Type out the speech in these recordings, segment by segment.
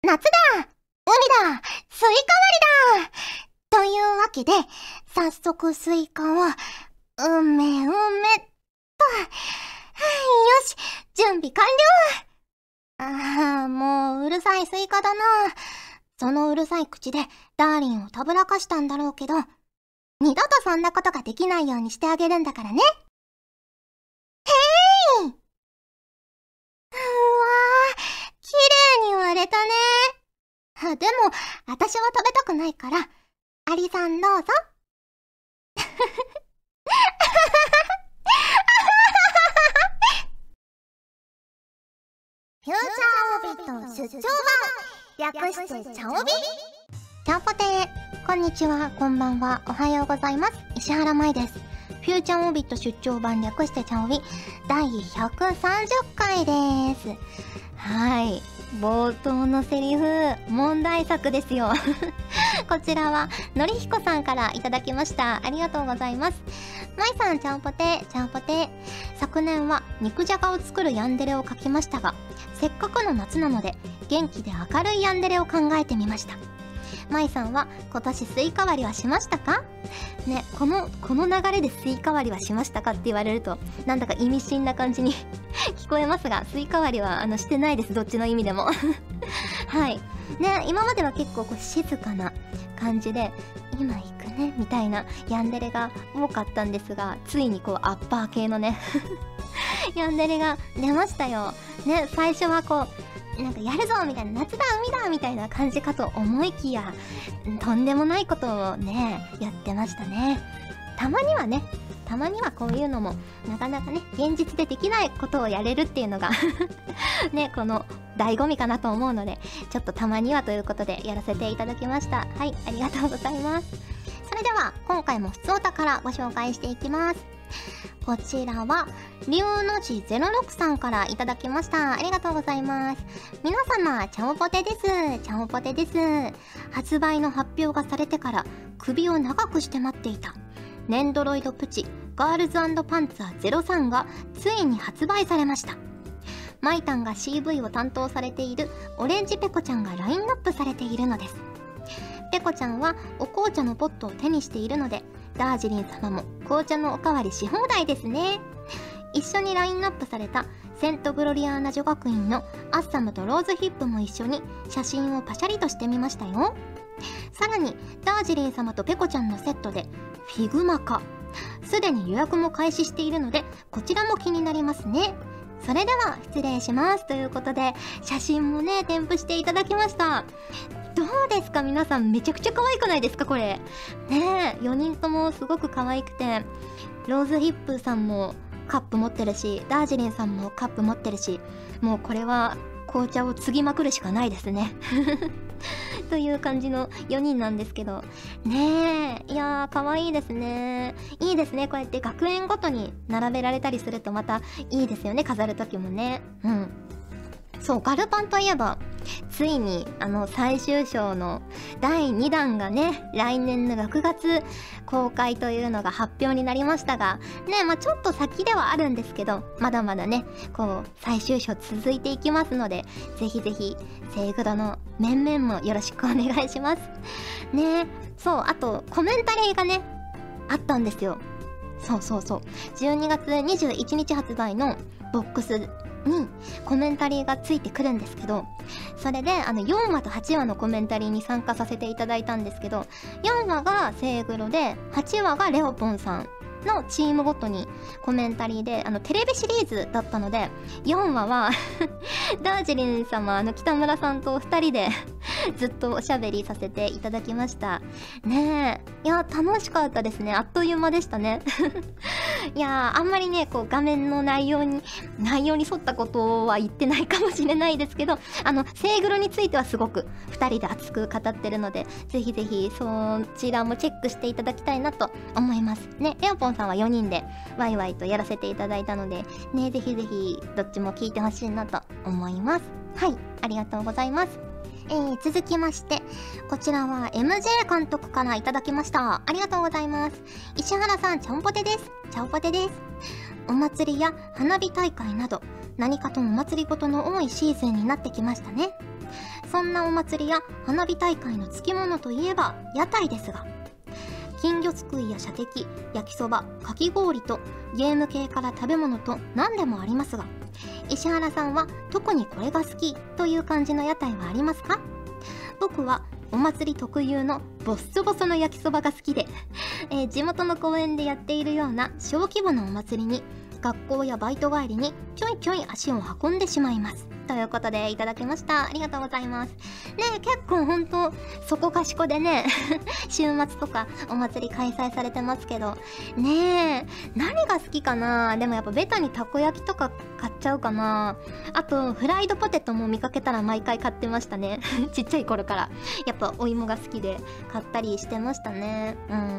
夏だ、海だ、スイカ割りだというわけで、早速スイカを、よし、準備完了。もううるさいスイカだな。そのうるさい口でダーリンをたぶらかしたんだろうけど、二度とそんなことができないようにしてあげるんだからね。へい！綺麗に割れたね。でも、私は食べたくないから、アリさんどうぞ。フューチャーオビット出張版、略してチャオビ。チャオポテー、こんにちは、こんばんは、おはようございます。石原舞です。フューチャーオビット出張版、略してチャオビ第130回です。はい、冒頭のセリフ問題作ですよ。こちらはのりひこさんからいただきました。ありがとうございます。まいさん、ちゃんぽて、ちゃんぽて。昨年は肉じゃがを作るヤンデレを書きましたが、せっかくの夏なので元気で明るいヤンデレを考えてみました。まいさんは今年スイカ割りはしましたかね。この流れでスイカ割りはしましたかって言われるとなんだか意味深な感じに聞こえますが、スイカ割りはしてないです。どっちの意味でも。はいね。今までは結構静かな感じで今行くねみたいなヤンデレが多かったんですが、ついにアッパー系のねヤンデレが出ましたよね。最初はなんかやるぞみたいな、夏だ海だみたいな感じかと思いきや、とんでもないことをねやってましたね。たまにはこういうのもなかなかね現実でできないことをやれるっていうのがね、この醍醐味かなと思うので、ちょっとたまにはということでやらせていただきました。はい、ありがとうございます。それでは今回もふつおたからご紹介していきます。こちらは龍の字06さんからいただきました。ありがとうございます。皆様、ちゃんぽてです。ちゃんぽてです。発売の発表がされてから首を長くして待っていたネンドロイドプチガールズ&パンツァー03がついに発売されました。マイタンが CV を担当されているオレンジペコちゃんがラインナップされているのです。ペコちゃんはお紅茶のポットを手にしているので、ダージリン様も紅茶のおかわりし放題ですね。一緒にラインナップされたセントグロリアーナ女学院のアッサムとローズヒップも一緒に写真をパシャリとしてみましたよ。さらにダージリン様とペコちゃんのセットでフィグマ化、すでに予約も開始しているのでこちらも気になりますね。それでは失礼しますということで、写真もね添付していただきました。どうですか皆さん、めちゃくちゃ可愛くないですかこれね。4人ともすごく可愛くて、ローズヒップさんもカップ持ってるし、ダージリンさんもカップ持ってるし、もうこれは紅茶を継ぎまくるしかないですね。という感じの4人なんですけどね。いやー可愛いですね。いいですね、こうやって学園ごとに並べられたりするとまたいいですよね、飾る時もね。うん、そう、ガルパンといえばついに最終章の第2弾がね来年の6月公開というのが発表になりましたがね、ちょっと先ではあるんですけど、まだまだね最終章続いていきますので、ぜひぜひセイグロの面々もよろしくお願いしますね。そう、あとコメンタリーがねあったんですよ。そう12月21日発売のボックスにコメンタリーがついてくるんですけど、それで4話と8話のコメンタリーに参加させていただいたんですけど、4話がセイグロで8話がレオポンさんのチームごとにコメンタリーでテレビシリーズだったので、4話はダージリン様北村さんと2人でずっとおしゃべりさせていただきましたね。いや楽しかったですね。あっという間でしたね。いやあんまりね画面の内容に沿ったことは言ってないかもしれないですけど、セイグロについてはすごく2人で熱く語ってるので、ぜひぜひそちらもチェックしていただきたいなと思いますね。レオポンさんは4人でワイワイとやらせていただいたのでね、ぜひぜひどっちも聞いてほしいなと思います。はい、ありがとうございます。続きまして、こちらは MJ 監督からいただきました。ありがとうございます。石原さん、ちゃんぽてです。ちゃんぽてです。お祭りや花火大会など何かとお祭りごとの多いシーズンになってきましたね。 そんなお祭りや花火大会のつきものといえば屋台ですが、金魚すくいや射的、焼きそば、かき氷とゲーム系から食べ物と何でもありますが、石原さんは特にこれが好きという感じの屋台はありますか？僕はお祭り特有のボッソボソの焼きそばが好きで、地元の公園でやっているような小規模なお祭りに学校やバイト帰りにちょいちょい足を運んでしまいます。ということでいただきました。ありがとうございます。ねえ、結構ほんとそこかしこでね週末とかお祭り開催されてますけどねえ、何が好きかな。でもやっぱベタにたこ焼きとか買っちゃうかな。あとフライドポテトも見かけたら毎回買ってましたねちっちゃい頃からやっぱお芋が好きで買ったりしてましたね。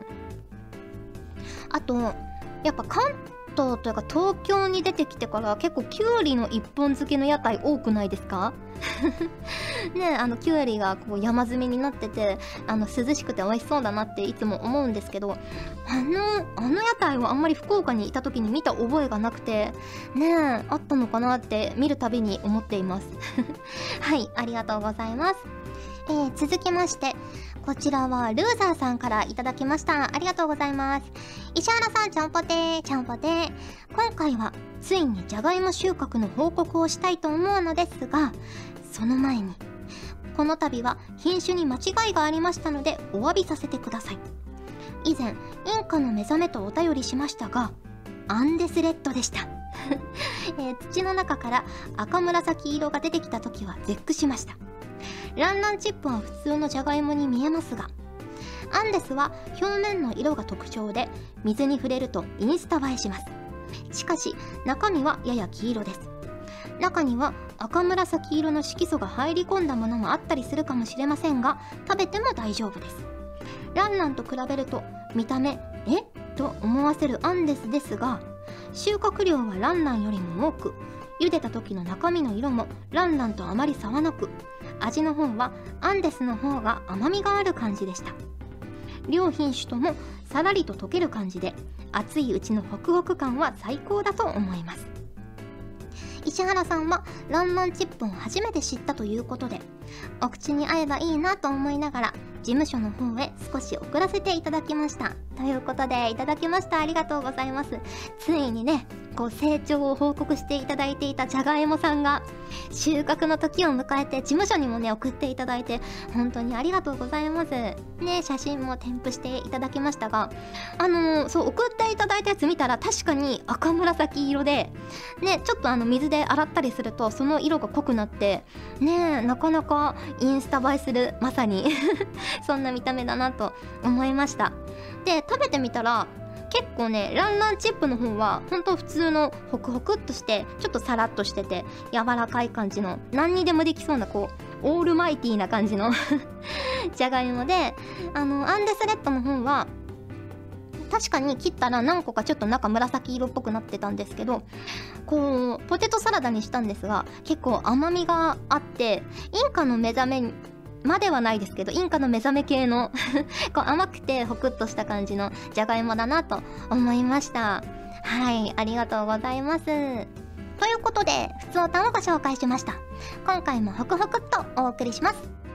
あとやっぱ関東というか東京に出てきてから結構きゅうりの一本漬けの屋台多くないですかねえ、きゅうりがこう山積みになってて涼しくて美味しそうだなっていつも思うんですけど、あの屋台はあんまり福岡にいた時に見た覚えがなくてねえ、あったのかなって見るたびに思っていますはい、ありがとうございます。続きまして、こちらはルーザーさんからいただきました。ありがとうございます。石原さん、ちゃんぽてー、ちゃんぽてー。今回はついにじゃがいも収穫の報告をしたいと思うのですが、その前にこの度は品種に間違いがありましたのでお詫びさせてください。以前インカの目覚めとお便りしましたが、アンデスレッドでした土の中から赤紫色が出てきた時は絶句しました。ランランチップは普通のじゃがいもに見えますが、アンデスは表面の色が特徴で水に触れるとインスタ映えします。しかし中身はやや黄色です。中には赤紫色の色素が入り込んだものもあったりするかもしれませんが、食べても大丈夫です。ランランと比べると見た目と思わせるアンデスですが、収穫量はランランよりも多く、茹でた時の中身の色もランランとあまり差はなく、味の方はアンデスの方が甘みがある感じでした。両品種ともさらりと溶ける感じで、熱いうちのホクホク感は最高だと思います。石原さんはランランチップを初めて知ったということで、お口に合えばいいなと思いながら事務所の方へ少し送らせていただきました。ということでいただきました。ありがとうございます。ついにね、成長を報告していただいていたじゃがいもさんが収穫の時を迎えて、事務所にもね送っていただいて本当にありがとうございますね。写真も添付していただきましたが、そう送っていただいたやつ見たら確かに赤紫色でね、ちょっと水で洗ったりするとその色が濃くなってね、なかなかインスタ映えする、まさにそんな見た目だなと思いました。で食べてみたら結構ね、ランランチップの方はほんと普通のホクホクっとしてちょっとサラッとしてて柔らかい感じの、何にでもできそうなオールマイティーな感じのじゃがいもで、アンデスレッドの方は確かに切ったら何個かちょっと中紫色っぽくなってたんですけど、ポテトサラダにしたんですが結構甘みがあって、インカの目覚めまではないですけど、インカの目覚め系の甘くてホクッとした感じのじゃがいもだなと思いました。はい、ありがとうございます。ということでふつおたをご紹介しました。今回もホクホクっとお送りします。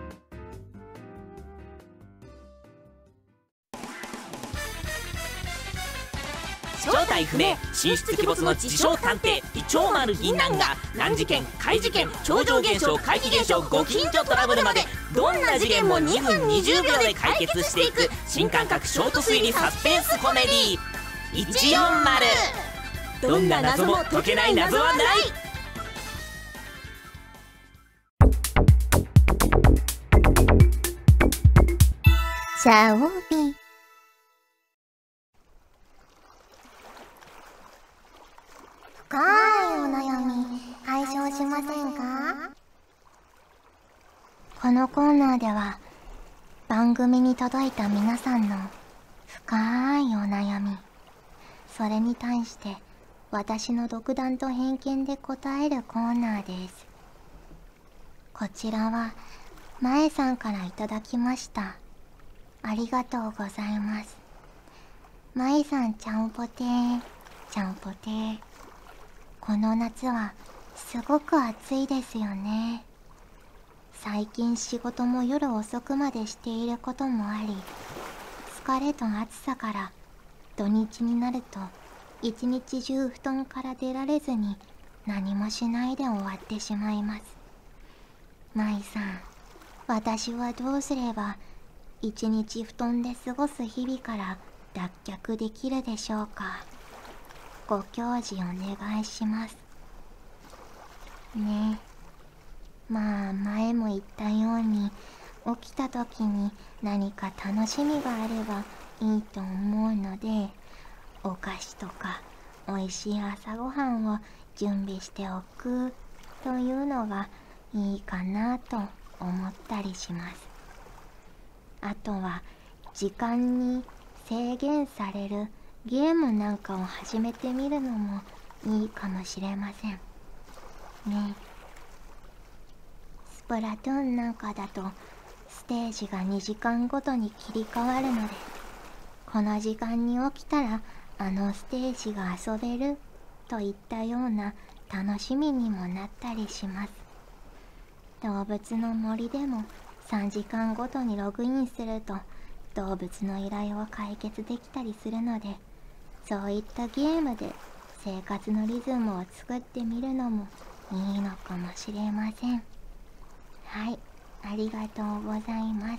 正体不明、神出鬼没の自称探偵イチョウマル銀杏が難事件、怪事件、超常現象、怪奇現象、ご近所トラブルまでどんな事件も2分20秒で解決していく新感覚ショート推理サスペンスコメディ140。どんな謎も解けない謎はない。 シャオビ深いお悩み解消しませんか？このコーナーでは番組に届いた皆さんの深いお悩み、それに対して私の独断と偏見で答えるコーナーです。こちらはまえさんからいただきました。ありがとうございます。まえさん、ちゃんぽてー、ちゃんぽてー。この夏はすごく暑いですよね。 最近仕事も夜遅くまでしていることもあり、疲れと暑さから土日になると一日中布団から出られずに何もしないで終わってしまいます。舞さん、私はどうすれば一日布団で過ごす日々から脱却できるでしょうか。ご教示お願いしますね。まあ前も言ったように、起きた時に何か楽しみがあればいいと思うので、お菓子とかおいしい朝ごはんを準備しておくというのがいいかなと思ったりします。あとは時間に制限されるゲームなんかを始めてみるのもいいかもしれませんね。スプラトゥーンなんかだとステージが2時間ごとに切り替わるので、この時間に起きたらあのステージが遊べるといったような楽しみにもなったりします。動物の森でも3時間ごとにログインすると動物の依頼を解決できたりするので、そういったゲームで生活のリズムを作ってみるのもいいのかもしれません。はい、ありがとうございます。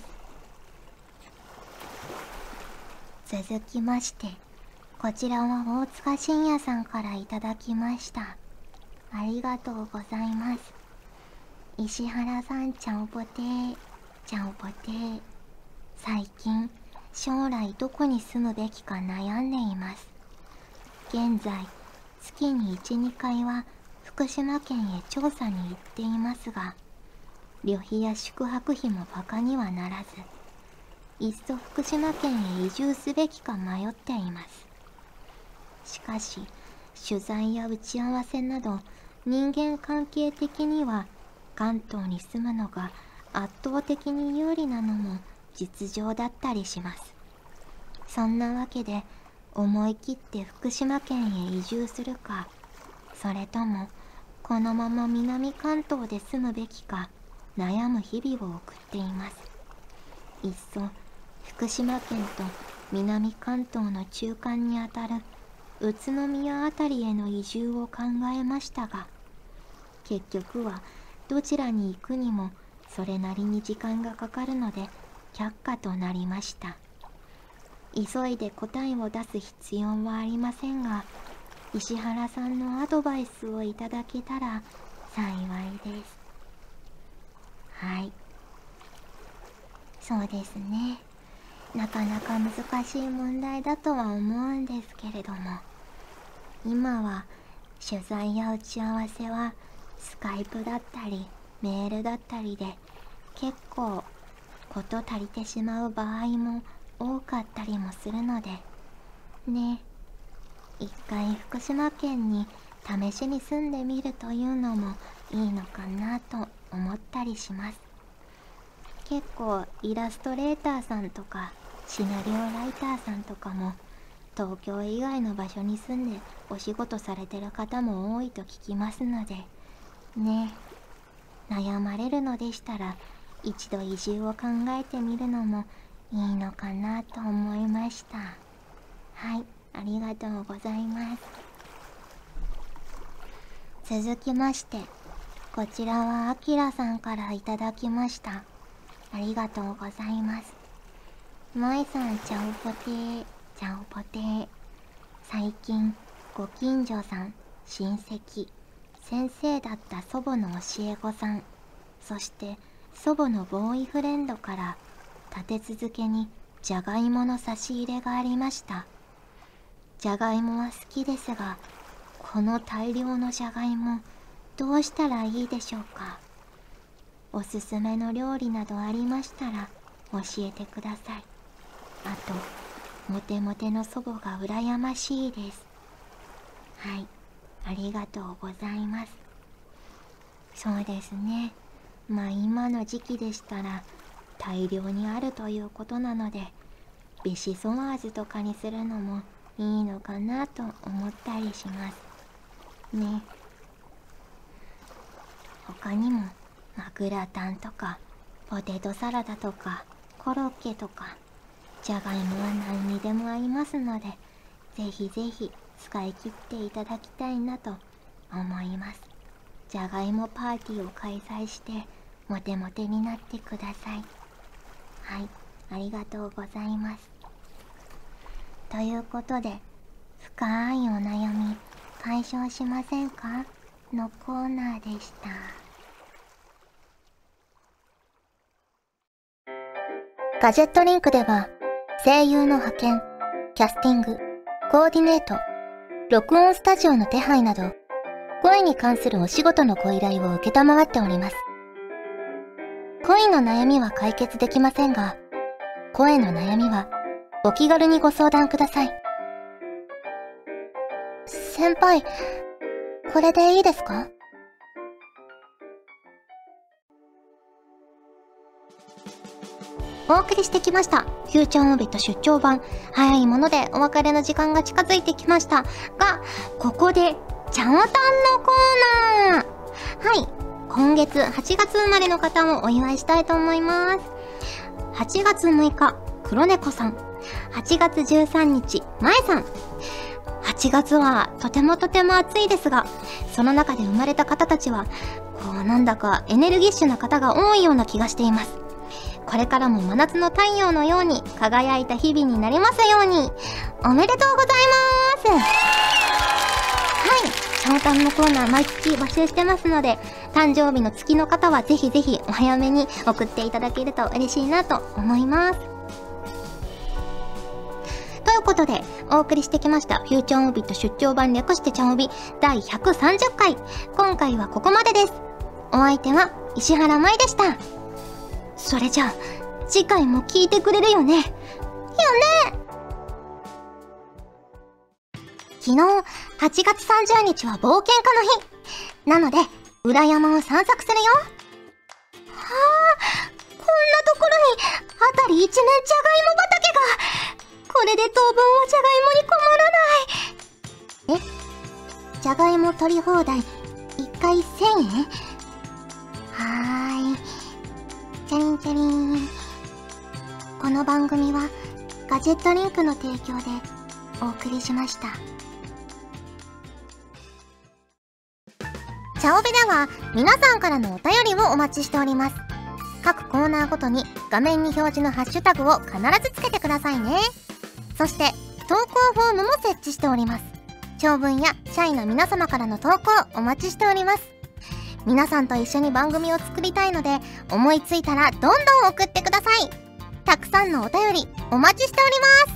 続きまして、こちらは大塚信也さんからいただきました。ありがとうございます。石原さん、ちゃんぽてー、ちゃんぽてー。最近、将来どこに住むべきか悩んでいます。現在、月に1、2回は福島県へ調査に行っていますが、旅費や宿泊費もバカにはならず、いっそ福島県へ移住すべきか迷っています。しかし、取材や打ち合わせなど人間関係的には関東に住むのが圧倒的に有利なのも実情だったりします。そんなわけで思い切って福島県へ移住するか、それともこのまま南関東で住むべきか悩む日々を送っています。いっそ福島県と南関東の中間にあたる宇都宮あたりへの移住を考えましたが、結局はどちらに行くにもそれなりに時間がかかるので却下となりました。急いで答えを出す必要はありませんが、石原さんのアドバイスをいただけたら幸いです。はい。そうですね。なかなか難しい問題だとは思うんですけれども、今は取材や打ち合わせはスカイプだったりメールだったりで結構事足りてしまう場合も多かったりもするのでね、一回福島県に試しに住んでみるというのもいいのかなと思ったりします。結構イラストレーターさんとかシナリオライターさんとかも東京以外の場所に住んでお仕事されてる方も多いと聞きますのでね、悩まれるのでしたら一度移住を考えてみるのもいいのかなと思いました。はい、ありがとうございます。続きまして、こちらはあきらさんからいただきました。ありがとうございます。まいさん、ちゃおぽてー、ちゃおぽてー。最近、ご近所さん、親戚、先生だった祖母の教え子さん、そして祖母のボーイフレンドから立て続けにじゃがいもの差し入れがありました。じゃがいもは好きですが、この大量のじゃがいもどうしたらいいでしょうか。おすすめの料理などありましたら教えてください。あとモテモテの祖母が羨ましいです。はい、ありがとうございます。そうですね、まあ今の時期でしたら大量にあるということなのでビシソワーズとかにするのもいいのかなと思ったりしますね。他にもグラタンとかポテトサラダとかコロッケとか、じゃがいもは何にでも合いますので、ぜひぜひ使い切っていただきたいなと思います。じゃがいもパーティーを開催してモテモテになってください。はい、ありがとうございます。ということで、深いお悩み解消しませんかのコーナーでした。ガジェットリンクでは声優の派遣、キャスティング、コーディネート、録音スタジオの手配など、声に関するお仕事のご依頼を承っております。恋の悩みは解決できませんが、声の悩みはお気軽にご相談ください。先輩、これでいいですか？お送りしてきましたフューチャーオービット出張版。早いものでお別れの時間が近づいてきましたが、ここでちゃんおたんのコーナー。はい、今月8月生まれの方をお祝いしたいと思います。8月6日黒猫さん、8月13日まえさん。8月はとても暑いですが、その中で生まれた方たちはなんだかエネルギッシュな方が多いような気がしています。これからも真夏の太陽のように輝いた日々になりますように。おめでとうございます。はい、シャオタンのコーナー毎月募集してますので、誕生日の月の方はぜひぜひお早めに送っていただけると嬉しいなと思います。ということでお送りしてきましたフューチャーオービット出張版略してちゃんおび第130回。今回はここまでです。お相手は石原舞でした。それじゃあ次回も聞いてくれるよね？昨日8月30日は冒険家の日なので、裏山を散策するよ。はあ、こんなところに辺り一面じゃがいも畑が。これで当分はじゃがいもに困らない。じゃがいも取り放題1回1000円？はーい。チャリンチャリン。この番組はガジェットリンクの提供でお送りしました。チャオベでは皆さんからのお便りをお待ちしております。各コーナーごとに画面に表示のハッシュタグを必ずつけてくださいね。そして投稿フォームも設置しております。長文や社員の皆様からの投稿お待ちしております。皆さんと一緒に番組を作りたいので、思いついたらどんどん送ってください。たくさんのお便りお待ちしております。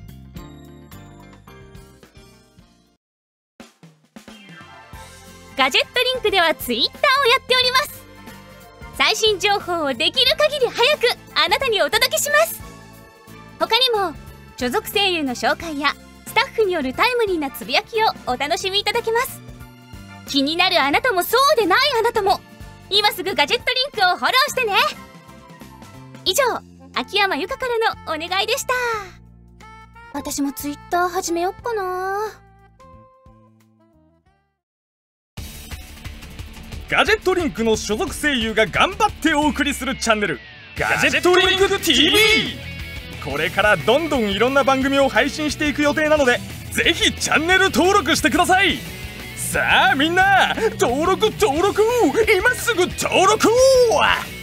ガジェットリンクではツイッターをやっております。最新情報をできる限り早くあなたにお届けします。他にも所属声優の紹介やスタッフによるタイムリーなつぶやきをお楽しみいただけます。気になるあなたもそうでないあなたも、今すぐガジェットリンクをフォローしてね。以上、秋山由佳からのお願いでした。私もツイッター始めよっかな。 ガジェットリンクの所属声優が頑張ってお送りするチャンネル、ガジェットリンク TV。 これからどんどんいろんな番組を配信していく予定なので、ぜひチャンネル登録してください。さあみんな、登録今すぐ登録。